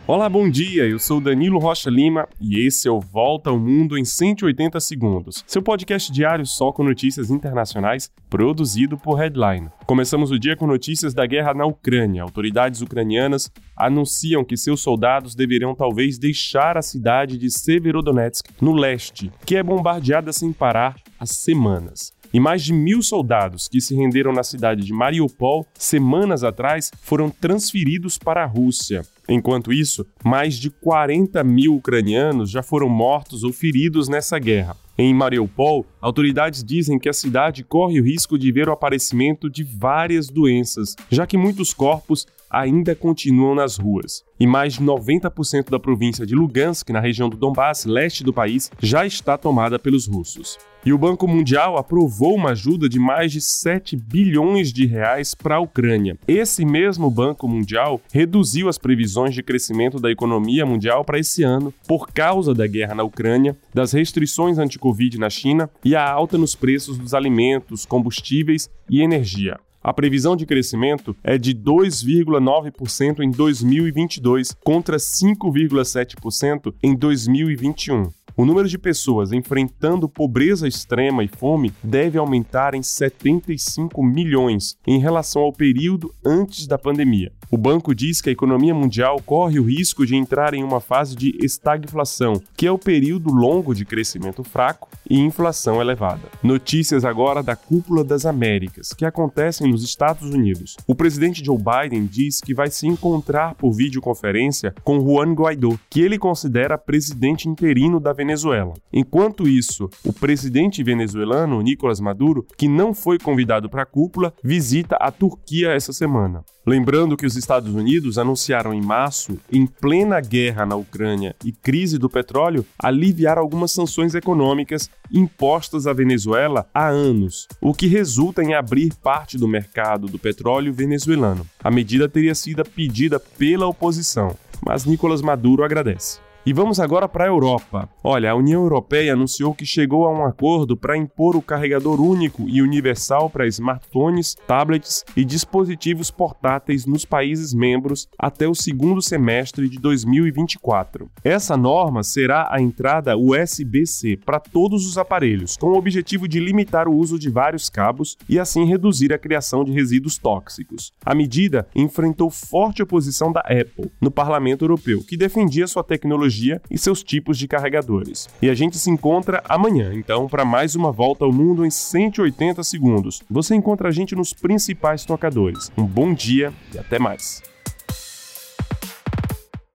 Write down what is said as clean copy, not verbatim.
Olá, bom dia, eu sou Danilo Rocha Lima e esse é o Volta ao Mundo em 180 Segundos, seu podcast diário só com notícias internacionais, produzido por Headline. Começamos o dia com notícias da guerra na Ucrânia. Autoridades ucranianas anunciam que seus soldados deverão talvez deixar a cidade de Severodonetsk, no leste, que é bombardeada sem parar há semanas. E mais de 1.000 soldados que se renderam na cidade de Mariupol semanas atrás foram transferidos para a Rússia. Enquanto isso, mais de 40.000 ucranianos já foram mortos ou feridos nessa guerra. Em Mariupol, autoridades dizem que a cidade corre o risco de ver o aparecimento de várias doenças, já que muitos corpos ainda continuam nas ruas. E mais de 90% da província de Lugansk, na região do Donbass, leste do país, já está tomada pelos russos. E o Banco Mundial aprovou uma ajuda de mais de 7 bilhões de reais para a Ucrânia. Esse mesmo Banco Mundial reduziu as previsões de crescimento da economia mundial para esse ano por causa da guerra na Ucrânia, das restrições anti-Covid na China e a alta nos preços dos alimentos, combustíveis e energia. A previsão de crescimento é de 2,9% em 2022 contra 5,7% em 2021. O número de pessoas enfrentando pobreza extrema e fome deve aumentar em 75 milhões em relação ao período antes da pandemia. O banco diz que a economia mundial corre o risco de entrar em uma fase de estagflação, que é o período longo de crescimento fraco e inflação elevada. Notícias agora da Cúpula das Américas, que acontecem nos Estados Unidos. O presidente Joe Biden diz que vai se encontrar por videoconferência com Juan Guaidó, que ele considera presidente interino da Venezuela. Enquanto isso, o presidente venezuelano, Nicolás Maduro, que não foi convidado para a cúpula, visita a Turquia essa semana. Lembrando que os Estados Unidos anunciaram em março, em plena guerra na Ucrânia e crise do petróleo, aliviar algumas sanções econômicas impostas à Venezuela há anos, o que resulta em abrir parte do mercado do petróleo venezuelano. A medida teria sido pedida pela oposição, mas Nicolás Maduro agradece. E vamos agora para a Europa. Olha, a União Europeia anunciou que chegou a um acordo para impor o carregador único e universal para smartphones, tablets e dispositivos portáteis nos países membros até o segundo semestre de 2024. Essa norma será a entrada USB-C para todos os aparelhos, com o objetivo de limitar o uso de vários cabos e assim reduzir a criação de resíduos tóxicos. A medida enfrentou forte oposição da Apple no Parlamento Europeu, que defendia sua tecnologia e seus tipos de carregadores. E a gente se encontra amanhã, então, para mais uma volta ao mundo em 180 segundos. Você encontra a gente nos principais tocadores. Um bom dia e até mais.